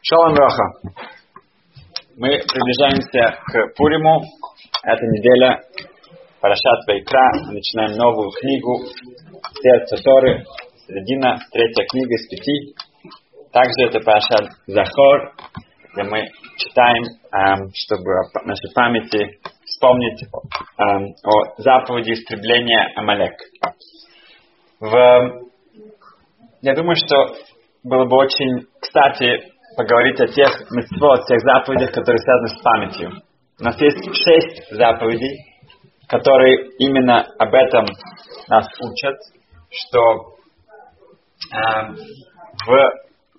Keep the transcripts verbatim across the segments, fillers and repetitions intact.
Шалом Браха. Мы приближаемся к Пуриму. Эта неделя Парашат Вайкра. Мы начинаем новую книгу Сердце Торы. Середина, третья книга из пяти. Также это Парашат Захор, где мы читаем, эм, чтобы в нашей памяти вспомнить эм, о заповеди истребления Амалек. В... Я думаю, что было бы очень кстати поговорить о тех мицвот, тех заповедях, которые связаны с памятью. У нас есть шесть заповедей, которые именно об этом нас учат, что э, в...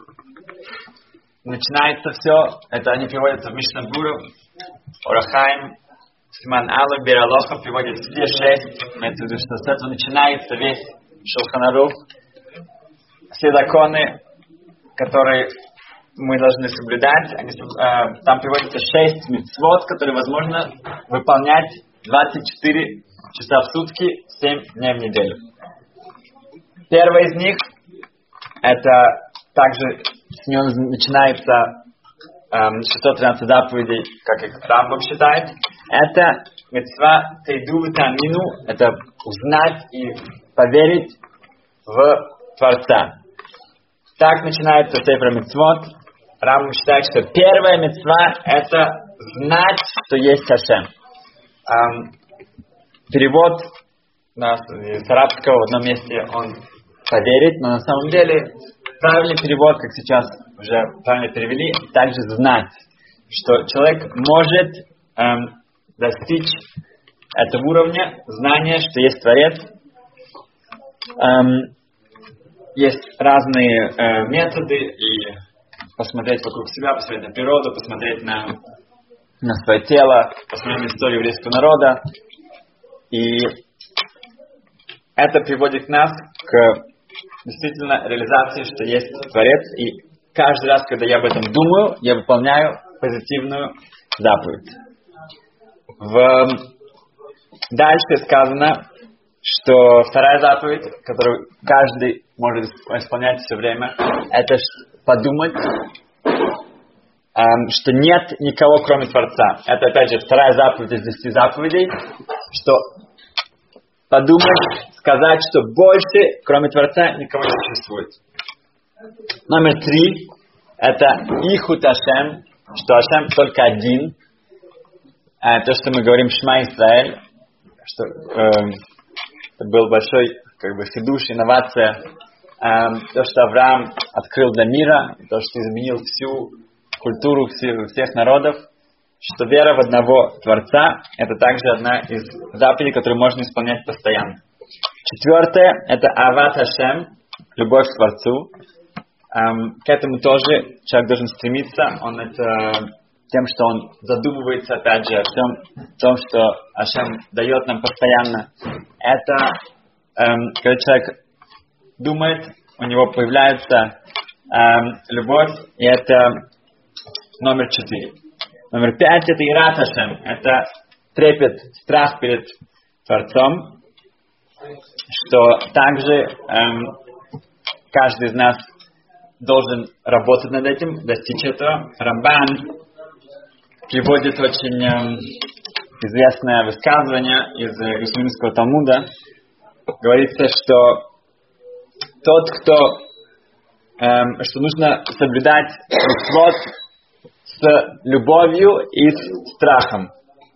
начинается все, это они приводятся в Мишна Бура, Орахаим, Симан Алла, Биралоха, приводят все шесть, имеется в виду, что с этого начинается весь Шулхан Арух, все законы, которые мы должны соблюдать, они, э, там приводится шесть мицвот, которые возможно выполнять двадцать четыре часа в сутки, семь дней в неделю. Первая из них, это также с нее начинается э, шестьсот тринадцать заповедей, как их Рамбам считает. Это мицва Тейду Витамину, это узнать и поверить в Творца. Так начинается Сефер Мицвот. Рамбам считает, что первая мицва — это знать, что есть Хашем. Эм, перевод да, с арабского в одном месте он поверить, но на самом деле правильный перевод, как сейчас уже правильно перевели, также знать, что человек может эм, достичь этого уровня знания, что есть Творец. Эм, есть разные э, методы, и посмотреть вокруг себя, посмотреть на природу, посмотреть на, на свое тело, посмотреть на историю еврейского народа. И это приводит нас к действительно реализации, что есть Творец. И каждый раз, когда я об этом думаю, я выполняю позитивную заповедь. В... Дальше сказано, что вторая заповедь, которую каждый может исполнять все время, это подумать, эм, что нет никого, кроме Творца. Это, опять же, вторая заповедь из десяти заповедей, что подумать, сказать, что больше, кроме Творца, никого не существует. Номер три, это Ихут Ашем, что Ашем только один. Э, то, что мы говорим Шма Исраэль, что э, это был большой, как бы, хидуш, инновация. Эм, то, что Авраам открыл для мира, то, что изменил всю культуру всех, всех народов, что вера в одного Творца, это также одна из заповедей, которую можно исполнять постоянно. Четвертое, это Ават Хашем, любовь к Творцу. Эм, к этому тоже человек должен стремиться, он это тем, что он задумывается, опять же, о том, о том что Хашем дает нам постоянно. Это, эм, когда человек думает, у него появляется эм, любовь, и это номер четыре. Номер пять — это Ират Хашем, это трепет, страх перед Творцом, что также эм, каждый из нас должен работать над этим, достичь этого. Рамбан приводит очень эм, известное высказывание из Иерусалимского Талмуда. Говорится, что тот, кто, эм, что нужно соблюдать мицвот с любовью и с страхом.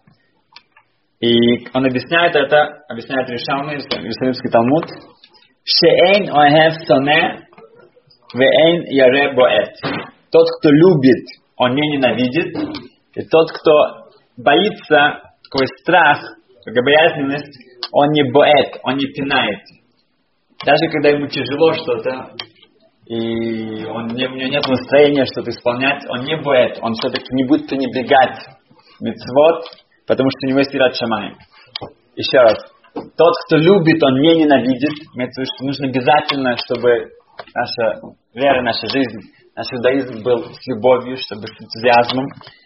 И он объясняет это, объясняет Ришалми, Иерусалимский Талмуд, «Шеэйн оэхев соне, вээйн яре боэт». Тот, кто любит, он не ненавидит, и тот, кто боится, такой страх, такая боязненность, он не боэт, он не пинает. Даже когда ему тяжело что-то, и он, у него нет настроения что-то исполнять, он не боит, он все-таки не будет пренебрегать мицвот, потому что у него есть ират шамаим. Еще раз, тот, кто любит, он не ненавидит, имеется в виду, что нужно обязательно, чтобы наша вера, наша жизнь, наш иудаизм был с любовью, чтобы с энтузиазмом.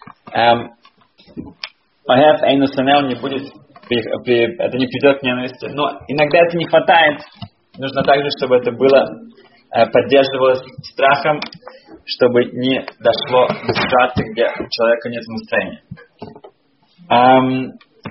Оэф эйну сонэ, он не будет, это не придет к ненависти, но иногда это не хватает. Нужно также, чтобы это было, поддерживалось страхом. чтобы не дошло до ситуации, где у человека нет настроения. Эм,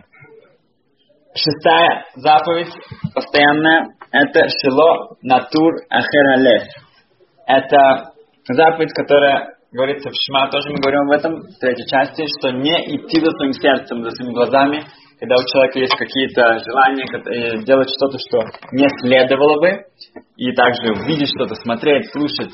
шестая заповедь постоянная — это шило натур ахер алех. Это заповедь, которая говорится в Шма, тоже мы говорим об этом в третьей части, что не идти за своим сердцем, за своими глазами, когда у человека есть какие-то желания делать что-то, что не следовало бы, и также видеть что-то, смотреть, слушать,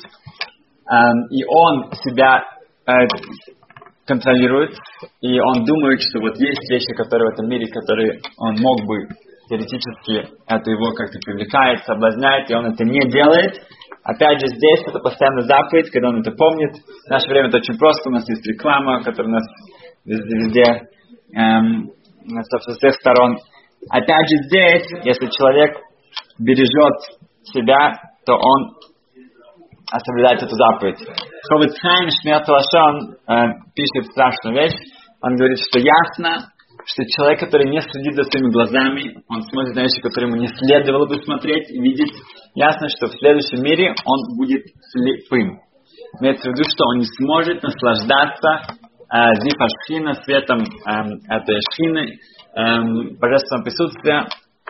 и он себя контролирует, и он думает, что вот есть вещи, которые в этом мире, которые он мог бы теоретически, это его как-то привлекает, соблазняет, и он это не делает. Опять же, здесь это постоянно заповедь, когда он это помнит. В наше время это очень просто, у нас есть реклама, которая у нас везде, эм, со всех сторон. Опять же, здесь, если человек бережет себя, то он соблюдает эту заповедь. Ховец Хаим Шмиат Лашон э, пишет страшную вещь. Он говорит, что ясно, что человек, который не следит за своими глазами, он смотрит на вещи, которые ему не следовало бы смотреть и видеть, ясно, что в следующем мире он будет слепым. Имеется в виду, что он не сможет наслаждаться э, зифа шхина, светом э, этой шхины, э, божественного присутствия.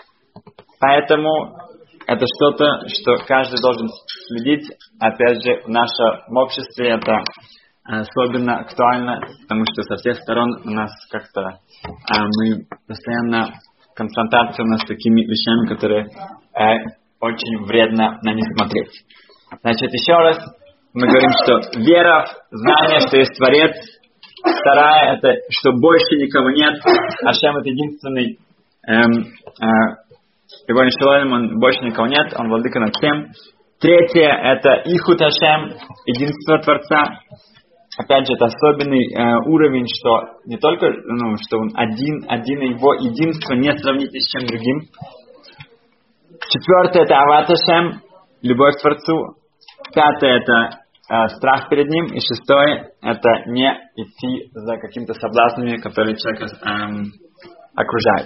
Поэтому это что-то, что каждый должен следить. Опять же, в нашем обществе это особенно актуально, потому что со всех сторон у нас как-то э, мы постоянно в конфронтации у нас с такими вещами, которые э, очень вредно на них смотреть. Значит, еще раз мы говорим, что вера, знание, что есть Творец. Вторая, это что больше никого нет. Ашем — это единственный эм, э, Его Нишелоем, он больше никого нет, он владыка над всем. Третье, это Ихут Ашем, единство Творца. Опять же, это особенный э, уровень, что не только, ну, что он один, один, его единство не сравнить ни с чем другим. Четвертое, это Ават Ашем, любовь к Творцу. Пятое, это э, страх перед Ним. И шестое, это не идти за какими-то соблазнами, которые человека э, окружают.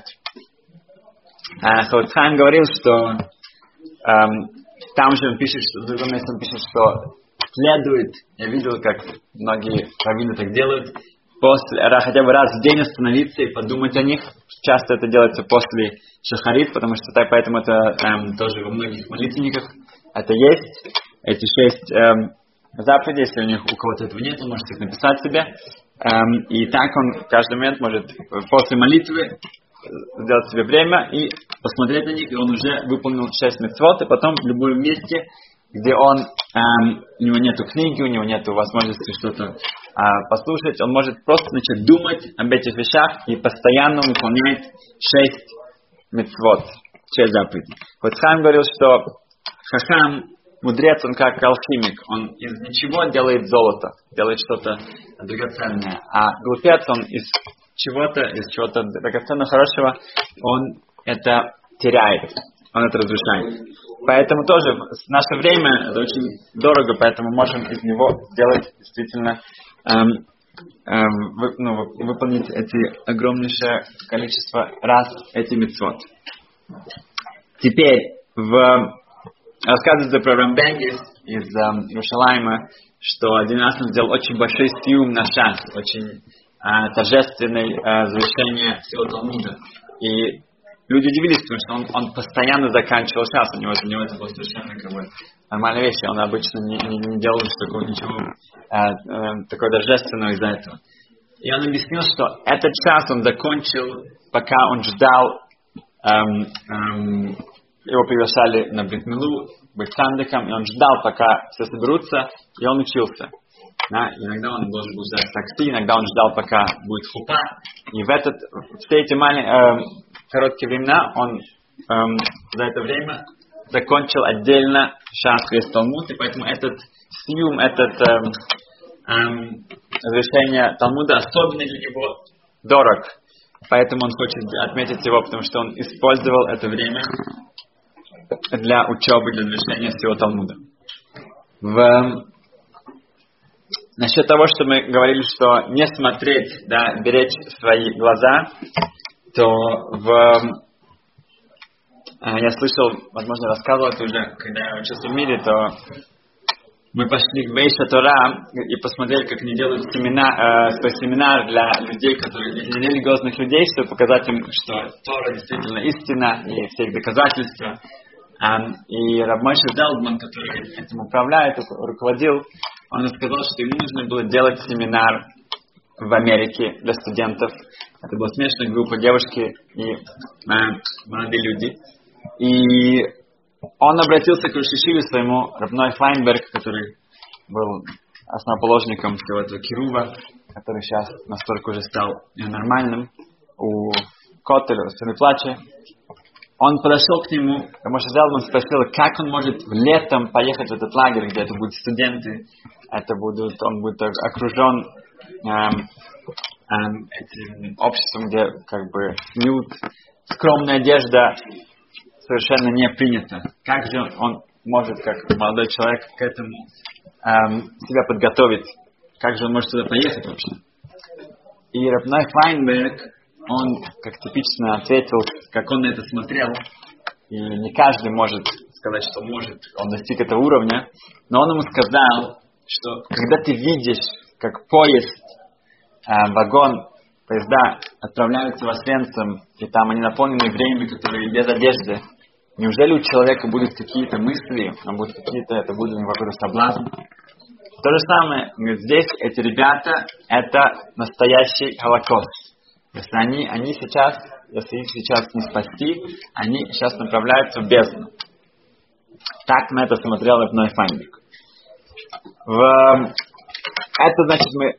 Ховец Хаим говорил, что эм, там же он пишет, что в другом месте он пишет, что следует, я видел, как многие раввины так делают, после, хотя бы раз в день остановиться и подумать о них. Часто это делается после шахарит, потому что так, поэтому это эм, тоже во многих молитвенниках это есть. Эти шесть эм, заповедей, если у них у кого-то этого нет, он может их написать себе. Эм, и так он в каждый момент может после молитвы сделать себе время и посмотреть на них, и он уже выполнил шесть мицвот, и потом в любом месте, где он, эм, у него нету книги, у него нету возможности что-то э, послушать, он может просто начать думать об этих вещах и постоянно выполняет шесть мицвот, шесть заповедей. Вот Хаим говорил, что хахам, мудрец, он как алхимик, он из ничего делает золото, делает что-то драгоценное, а глупец, он из чего-то, из чего-то драгоценного, хорошего, он это теряет, он это разрушает. Поэтому тоже в наше время это очень дорого, поэтому можем из него сделать действительно, эм, эм, вы, ну, выполнить эти огромнейшее количество раз эти мицвот. Теперь в рассказывается про Рамбенгис из эм, Иерушалайма, что один раз он сделал очень большой сиум на шас, очень э, торжественное э, завершение всего Талмуда. И люди удивились, потому что он, он постоянно заканчивал шас, у него, у него это было совершенно как бы нормальная вещь, он обычно не, не, не делал такого, ничего э, э, такого торжественного из-за этого. И он объяснил, что этот шас он закончил, пока он ждал, эм, эм, его приглашали на Брит Милу, быть сандыком, и он ждал, пока все соберутся, и он учился. Да? Иногда он должен был ждать такси, иногда он ждал, пока будет хупа. И в этот, все эти маленькие, э, короткие времена он э, за это время закончил отдельно шас весь Талмуд, и поэтому этот сиюм, этот э, э, завершение Талмуда особенно для него дорог. Поэтому он хочет отметить его, потому что он использовал это время для учебы, для завершения всего Талмуда. В... Насчет того, что мы говорили, что не смотреть, да, беречь свои глаза, то в... я слышал, возможно, рассказывал это уже, когда я учился в мире, то мы пошли в Бейша Тора и посмотрели, как они делают семинар, э, свой семинар для людей, которые для религиозных людей, чтобы показать им, что Тора действительно истина и все их доказательства. Um, и Рав Мойше Зелдман, который этим управляет, руководил, он сказал, что ему нужно было делать семинар в Америке для студентов. Это была смешная группа, девушки и э, молодые люди. И он обратился к Рошишиве своему, Рабной Файнберг, который был основоположником всего этого Кирува, который сейчас настолько уже стал нормальным, у Котеля, у Сыны Плача. Он подошел к нему, Моше Зелдман спросил, как он может летом поехать в этот лагерь, где это будут студенты, это будут, он будет окружен эм, эм, этим обществом, где как бы нюд, скромная одежда совершенно не принята. Как же он может, как молодой человек, к этому эм, себя подготовить? Как же он может туда поехать вообще? И Рабной Файнберг, он, как типично, ответил, как он на это смотрел. И не каждый может сказать, что может, он достиг этого уровня. Но он ему сказал, что когда ты видишь, как поезд, э, вагон, поезда отправляются в Освенцим, и там они наполнены евреями, которые без одежды, неужели у человека будут какие-то мысли, он будет какие-то, это будет у него какой-то соблазн? То же самое, здесь эти ребята, это настоящий Холокост. Если они, они сейчас, если их сейчас не спасти, они сейчас направляются в бездну. Так на это смотрел Рабной Файнберг. В... Это значит, мы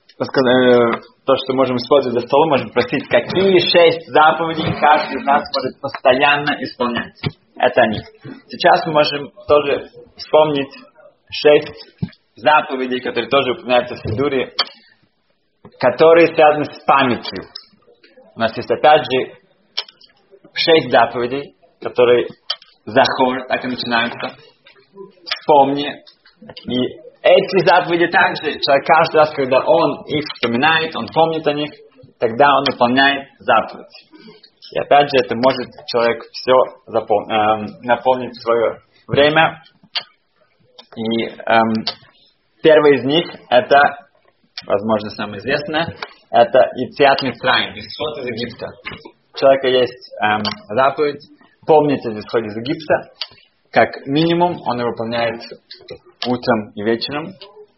то, что можем использовать за столом, можем спросить, какие шесть заповедей каждый из нас может постоянно исполнять. Это они. Сейчас мы можем тоже вспомнить шесть заповедей, которые тоже упоминаются в Сидуре, которые связаны с памятью. У нас есть опять же шесть заповедей, которые захор, так и начинаются. Вспомни. И эти заповеди также, человек каждый раз, когда он их вспоминает, он помнит о них, тогда он выполняет заповедь. И опять же, это может человек все запом- эм, наполнить в свое время. И эм, первый из них, это, возможно, самое известное, это Ицьят Мицраим, исход из Египта. У человека есть эм, заповедь помнить о исходе из Египта. Как минимум, он его выполняет утром и вечером.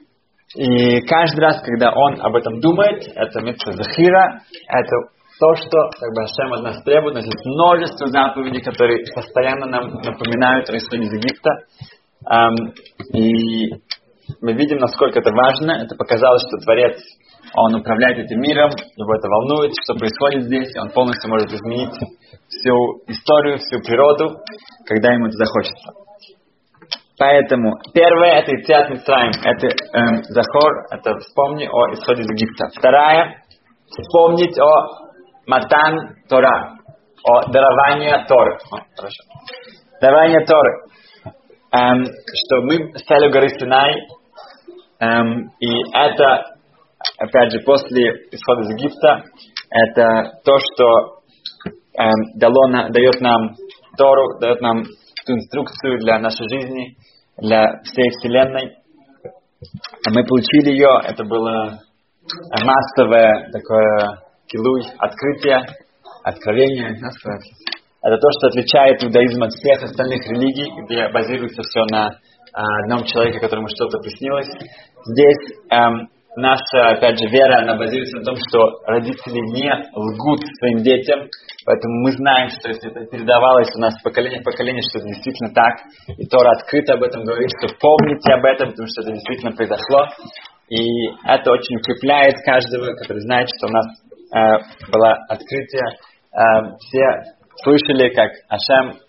И каждый раз, когда он об этом думает, это митцва захира, это то, что как бы Ашем от нас требует. У нас есть множество заповедей, которые постоянно нам напоминают о исходе из Египта. Эм, и мы видим, насколько это важно. Это показало, что Творец, он управляет этим миром, его это волнует, что происходит здесь, он полностью может изменить всю историю, всю природу, когда ему это захочется. Поэтому первое, это Ицьят Мицраим, это эм, захор, это вспомни о исходе из Египта. Вторая, вспомнить о Матан Тора, о даровании Торы. О, хорошо. Дарование Торы. Эм, что мы стали у горы Синай, эм, и это, опять же, после исхода из Египта, это то, что эм, дало на, дает нам Тору, дает нам ту инструкцию для нашей жизни, для всей Вселенной. Мы получили ее, это было массовое такое килуй, открытие, откровение. Это то, что отличает иудаизм от всех остальных религий, где базируется все на а, одном человеке, которому что-то приснилось. Здесь эм, наша, опять же, вера, она базируется на том, что родители не лгут своим детям, поэтому мы знаем, что если это передавалось у нас с поколения в поколение, что это действительно так, и Тора открыто об этом говорит, что помните об этом, потому что это действительно произошло, и это очень укрепляет каждого, который знает, что у нас э, было открытие. Э, все слышали, как Ашем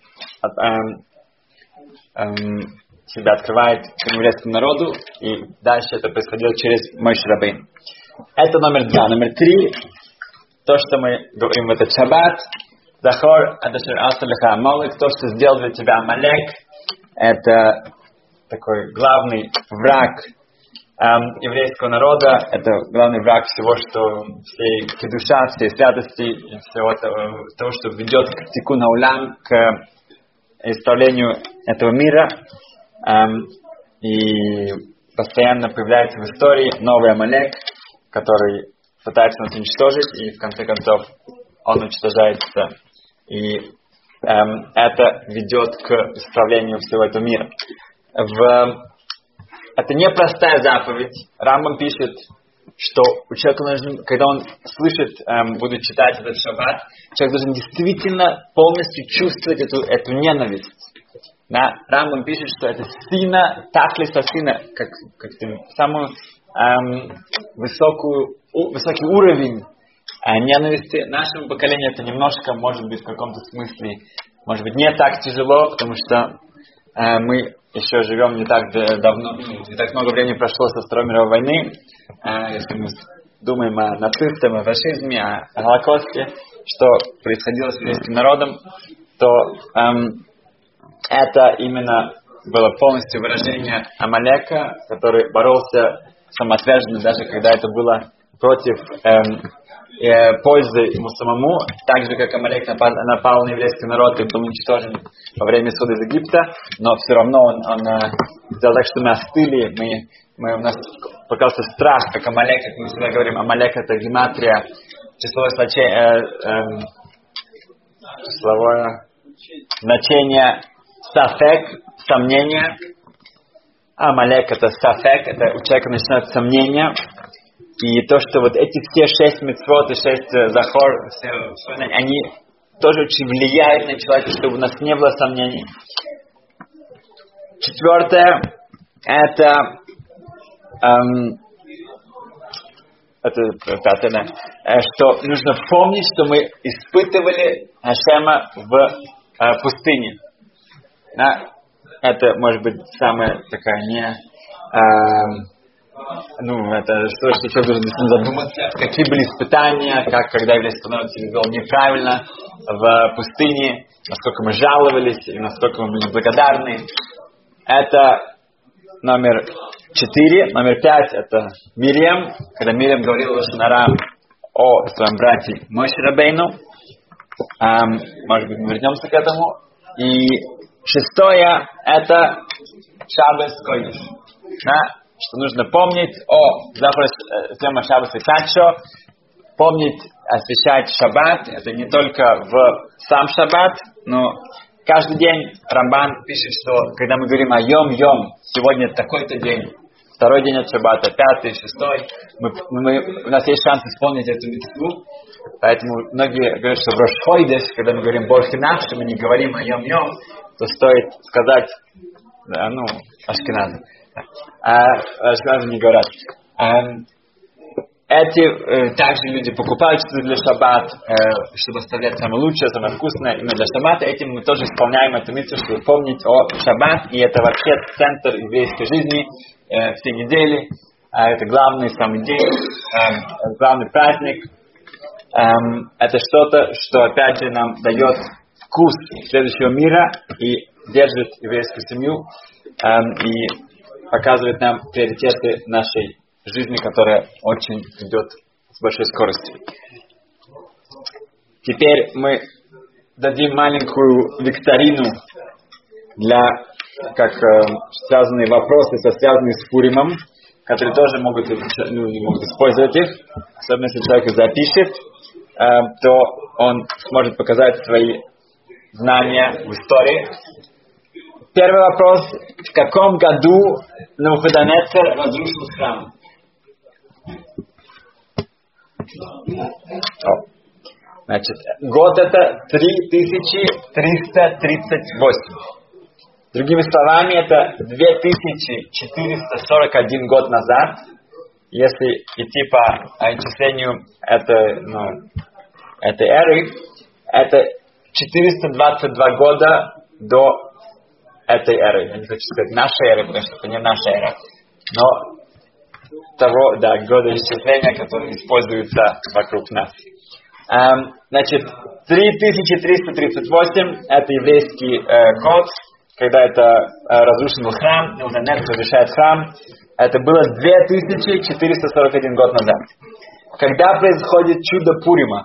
э, э, себя открывает еврейскому народу, и дальше это происходило через Моше Рабейну. Это номер два. Номер три, то, что мы говорим в этот шаббат, Захор Адашер Асалиха Амалек, то, что сделал для тебя Амалек, это такой главный враг эм, еврейского народа, это главный враг всего, что всей кедуша, всей святости, всего того, того, что ведет к тикун хаулам, к исправлению этого мира. Um, И постоянно появляется в истории новый Амалек, который пытается нас уничтожить, и в конце концов он уничтожается. И эм, это ведет к исправлению всего этого мира. В... Это непростая заповедь. Рамбам пишет, что у человека нужно, когда он слышит, эм, будет читать этот шаббат, человек должен действительно полностью чувствовать эту, эту ненависть. Да? Рамбам пишет, что это сина, таклиса сина, как, как самую эм, высокую, у, высокий уровень э, ненависти. Нашему поколению это немножко, может быть, в каком-то смысле, может быть, не так тяжело, потому что э, мы еще живем не так давно, не так много времени прошло со Второй мировой войны. Э, если мы думаем о нацистах, о фашизме, о, о Голокосте, что происходило с еврейским народом, то эм, это именно было полностью выражение Амалека, который боролся самоотверженно, даже когда это было против эм, э, пользы ему самому, так же, как Амалек напал, напал на еврейский народ и был уничтожен во время исхода из Египта, но все равно он, он э, сделал так, что мы остыли, мы, мы, у нас показался страх, как Амалек, как мы всегда говорим, Амалек это гематрия, числовое значение, э, э, числовое значение сафек, сомнение. Амалек это сафек, это у человека начинают сомнения. И то, что вот эти все шесть мицвот и шесть захор, все, они тоже очень влияют на человека, чтобы у нас не было сомнений. Четвертое, это, эм, это пятое, да, что нужно помнить, что мы испытывали Ашема в э, пустыне. Да? Это может быть самая такая не... Эм, ну, это что, что человек должен задуматься, какие были испытания, как когда еврейский народ себя вел неправильно в пустыне, насколько мы жаловались и насколько мы были благодарны. Это номер четыре. Номер пять это Мирьям, когда Мирьям говорила лошон ара о своем брате Моше Рабейну. Эм, может быть, мы вернемся к этому. И шестое это Шаббат Койдеш. Да? Что нужно помнить о Зема Шаббат и Кадшо, помнить, освящать Шаббат. Это не только в сам Шаббат, но каждый день Рамбан пишет, что когда мы говорим о Йом-Йом, сегодня такой-то день, второй день от Шаббата, пятый, шестой, мы, мы, у нас есть шанс исполнить эту мицву. Поэтому многие говорят, что в Рош Хойдеш, когда мы говорим Борхинах, что мы не говорим о Йом-Йом, то стоит сказать, ну, ашкеназы. А ашкеназы не говорят. А, эти э, также люди покупают что-то для шаббат, э, чтобы оставлять самое лучшее, самое вкусное именно для шаббата. Этим мы тоже исполняем эту миссию, чтобы помнить о шаббат. И это вообще центр еврейской жизни э, все недели. Э, это главный самый день, э, главный праздник. Э, это что-то, что опять же нам дает вкус следующего мира и держит еврейскую семью э, и показывает нам приоритеты нашей жизни, которая очень идет с большой скоростью. Теперь мы дадим маленькую викторину для, как э, связанные вопросы, со связанные с Пуримом, которые тоже могут, ну, могут использовать их, особенно если человек запишет, э, то он сможет показать свои знания в истории. Первый вопрос. В каком году Навуходоносор разрушил храм? О. Значит, год это три тысячи триста тридцать восемь. Другими словами, это две тысячи четыреста сорок один год назад. Если идти по исчислению этой, ну, этой эры, это четыреста двадцать два года до этой эры. Я не хочу сказать нашей эры, потому что это не наша эра. Но того, да, года исчисления, которые используются вокруг нас. Эм, значит, три тысячи триста тридцать восемь это еврейский э, год, когда это э, разрушен был храм, Навуходоносор разрушает храм. Это было две тысячи четыреста сорок один год назад. Когда происходит чудо Пурима?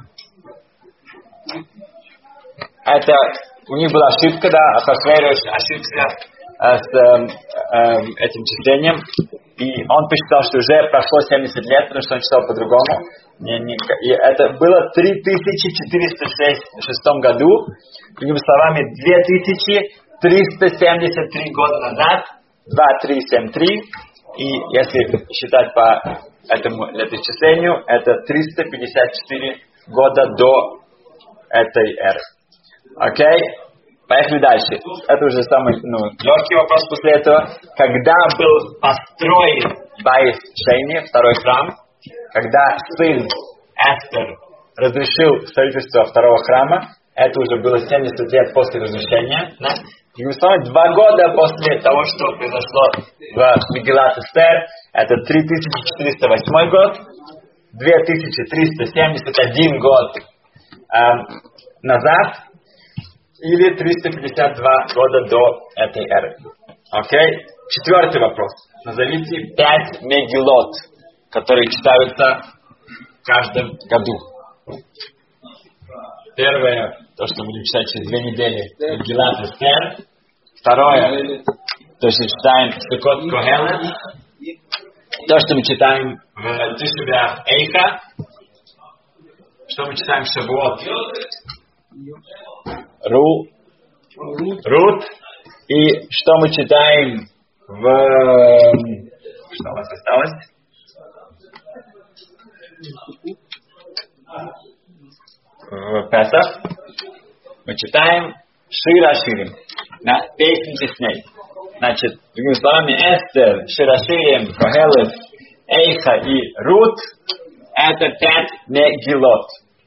Это у них была ошибка, да, Ахашверош ошибся э, с э, э, этим числением. И он посчитал, что уже прошло семьдесят лет, потому что он читал по-другому. Не, не, и это было три тысячи четыреста шестом году. Другими словами, две тысячи триста семьдесят три года назад. два тысячи триста семьдесят три. И если считать по этому летоисчислению, это триста пятьдесят четыре года до этой эры. Окей? Поехали дальше. Это уже самый ну, легкий вопрос после этого. Когда был построен Байт Шейни, второй храм, когда сын Эстер разрешил строительство второго храма, это уже было семьдесят лет после разрешения. Да? И мы с вами два года после того, что произошло в Мегилат Эстер, это три тысячи четыреста восьмой год, две тысячи триста семьдесят один год эм, назад, или триста пятьдесят два года до этой эры. Окей? Четвертый вопрос. Назовите пять мегилот, которые читаются в каждом году. Первое, то, что будем читать через две недели, Мегилат Эстер. Второе, то, что читаем Сукот Когелет. То, что мы читаем в Тиши б'Ав Эйха. Что мы читаем в Шавуот? Ру, Рут. И что мы читаем в... Что у нас осталось? В Песах. Мы читаем Шир Аширим. Да? Песнь песней. Значит, другими словами, Эстер, Шир Аширим, Когелет, Эйха и Рут — это пять мегилот.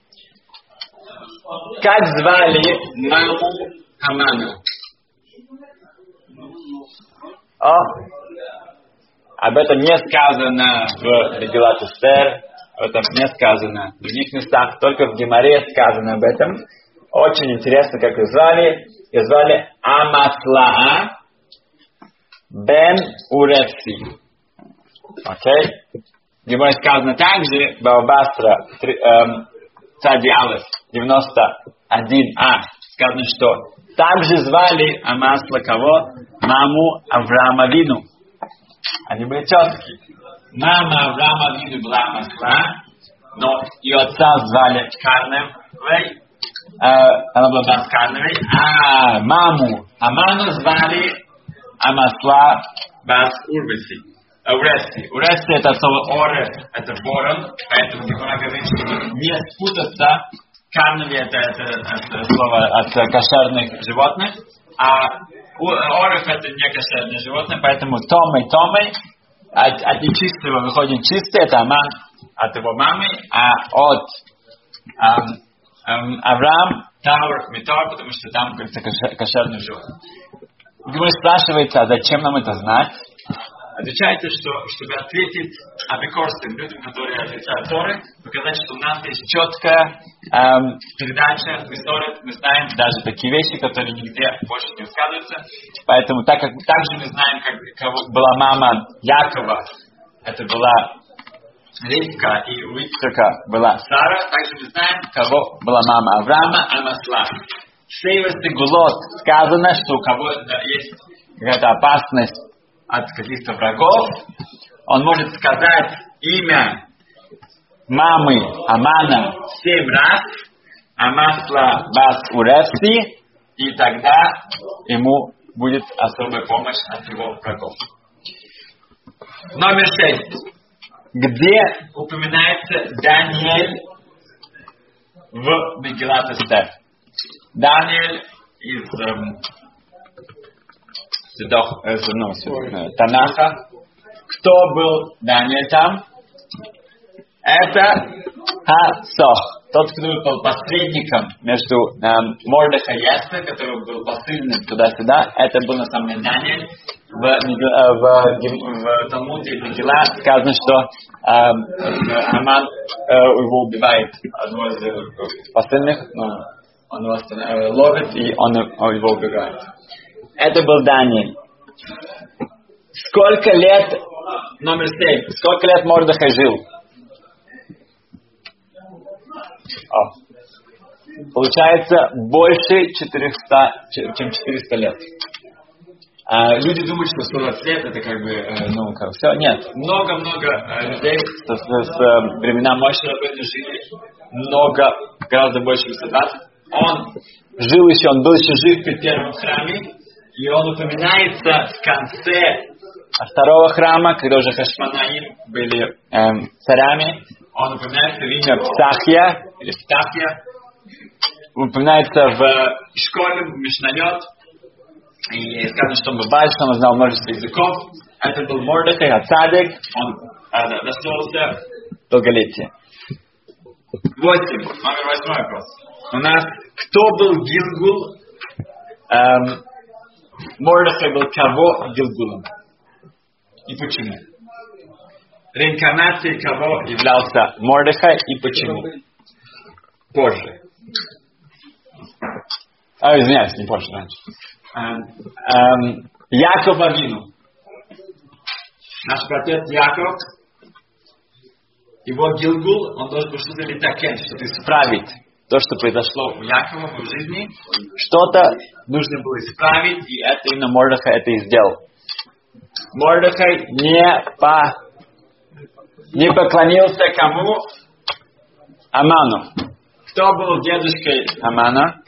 Как звали маму Хамана? О, об этом не сказано в Мегилат Эстер, об этом не сказано в других местах, только в Гемаре сказано об этом. Очень интересно, как ее звали. Ее звали Амаслаа бен Урефси. Окей? В Гемаре сказано также, Баобастра, Цади Алеф, девяносто один а, сказано, что также звали Амасла кого? Маму Авраама Вину. Они были тетки. Мама Авраама Вину была Амасла, но ее отца звали Карневей, она была бас Карневей, а маму Аману звали Амасла бас Урвеси. Урести. Урести — это слово Орев, это ворон, поэтому Гемара говорит, что не спутаться. Карневи — это, это, это слово от кошерных животных, а Орев — это не кошерное животное, поэтому Томой, Томой, от, от нечистого выходит чистый, это Аман от его мамы, а от эм, эм, Авраам Таур, Митор, потому что там, говорится, кошерное животное. Гемара спрашивается, а зачем нам это знать? Отвечайте, что, чтобы ответить апикорским людям, которые отрицают Торы, показать, что у нас есть четкая эм, передача в истории. Мы знаем даже такие вещи, которые нигде больше не высказываются. Поэтому, так как также мы знаем, как, кого была мама Якова, это была Ривка, и у Ицхака была Сара, также мы знаем, кого была мама Авраама, Амасла. В Сейва Сегулот сказано, что у кого есть какая-то опасность от каких-то врагов, он может сказать имя мамы Амана семь раз, Амасла бас Урефси, и тогда ему будет особая помощь от его врагов. Номер шесть. Где упоминается Даниэль в Мегилат Эстер? Даниэль из эм, Танаха. Кто был Даниэль там? Это Хасох. Тот, кто был посредником между эм, Мордехай и Эстер, который был посыльным туда-сюда, это был на самом деле Даниэль. В, в, в, в Талмуде и Мегила сказано, что эм, Аман э, его убивает, одного из э, посыльных, но он его э, ловит и он, он его убивает. Это был Даниэль. Сколько лет, номер семь, сколько лет Мордехай жил? О. Получается больше четыреста, чем четыреста лет. А, люди думают, что сто двадцать лет это как бы, э, ну, как все. Нет, много-много э, людей с, с, с э, времена Моше Рабейну жили много, гораздо больше, чем сто двадцать. Он жил еще, он был еще жив при первом храме, и он упоминается в конце второго храма, когда уже Хашмонаим были э, царями. Он упоминается в имя Птахия, или Птахия, упоминается в школе, в Мишнайот. И сказано, что он был большой, он знал множество языков. Это был Мордехай Ацадик, он э, достался долголетия. Восемь. Номер восьмой вопрос. У нас кто был Гилгул? Эм, Мордехай был кого Гилгулом? И почему? Реинкарнацией кого являлся Мордехай и почему? Позже. А, извиняюсь, не позже, раньше. Эм, эм, Яков Авину. Наш отец Яков, его Гилгул, он должен был что-то литакен, что-то исправить. То, что произошло у Якова в жизни, что-то нужно было исправить, и это именно Мордехай это и сделал. Мордехай не, по, не поклонился кому? Аману. Кто был дедушкой Амана?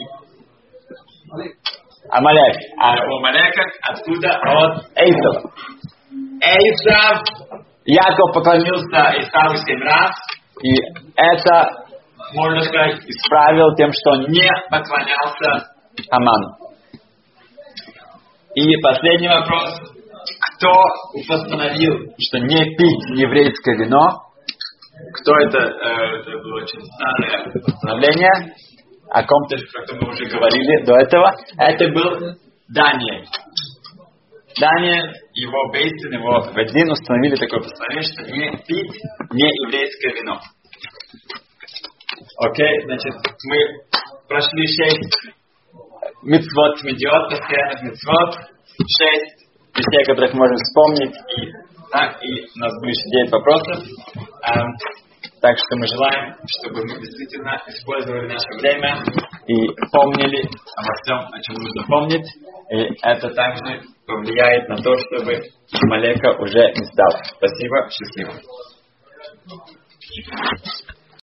Амалек. А у Амалека откуда? От Эйсава. Эйсав. Яков поклонился Исаву семь раз. И это Мордехай исправил тем, что он не поклонялся Аману. И последний вопрос. Кто постановил, что не пить еврейское вино? Кто это? Э, это было очень старое постановление. О ком-то, как мы уже говорили до этого. Это был Даниэль. Даниэль, его бейсин, его Ведин установили такое постановление, что не пить не еврейское вино. Окей, значит, мы прошли шесть мицвот медиот, постоянных мицвот. Шесть вещей, которых можем вспомнить. И, да, и у нас были еще девять вопросов. Эм, Так что мы желаем, чтобы мы действительно использовали наше время и помнили обо всем, о чем нужно помнить. И это также повлияет на то, чтобы Амалека уже не стал. Спасибо, счастливо.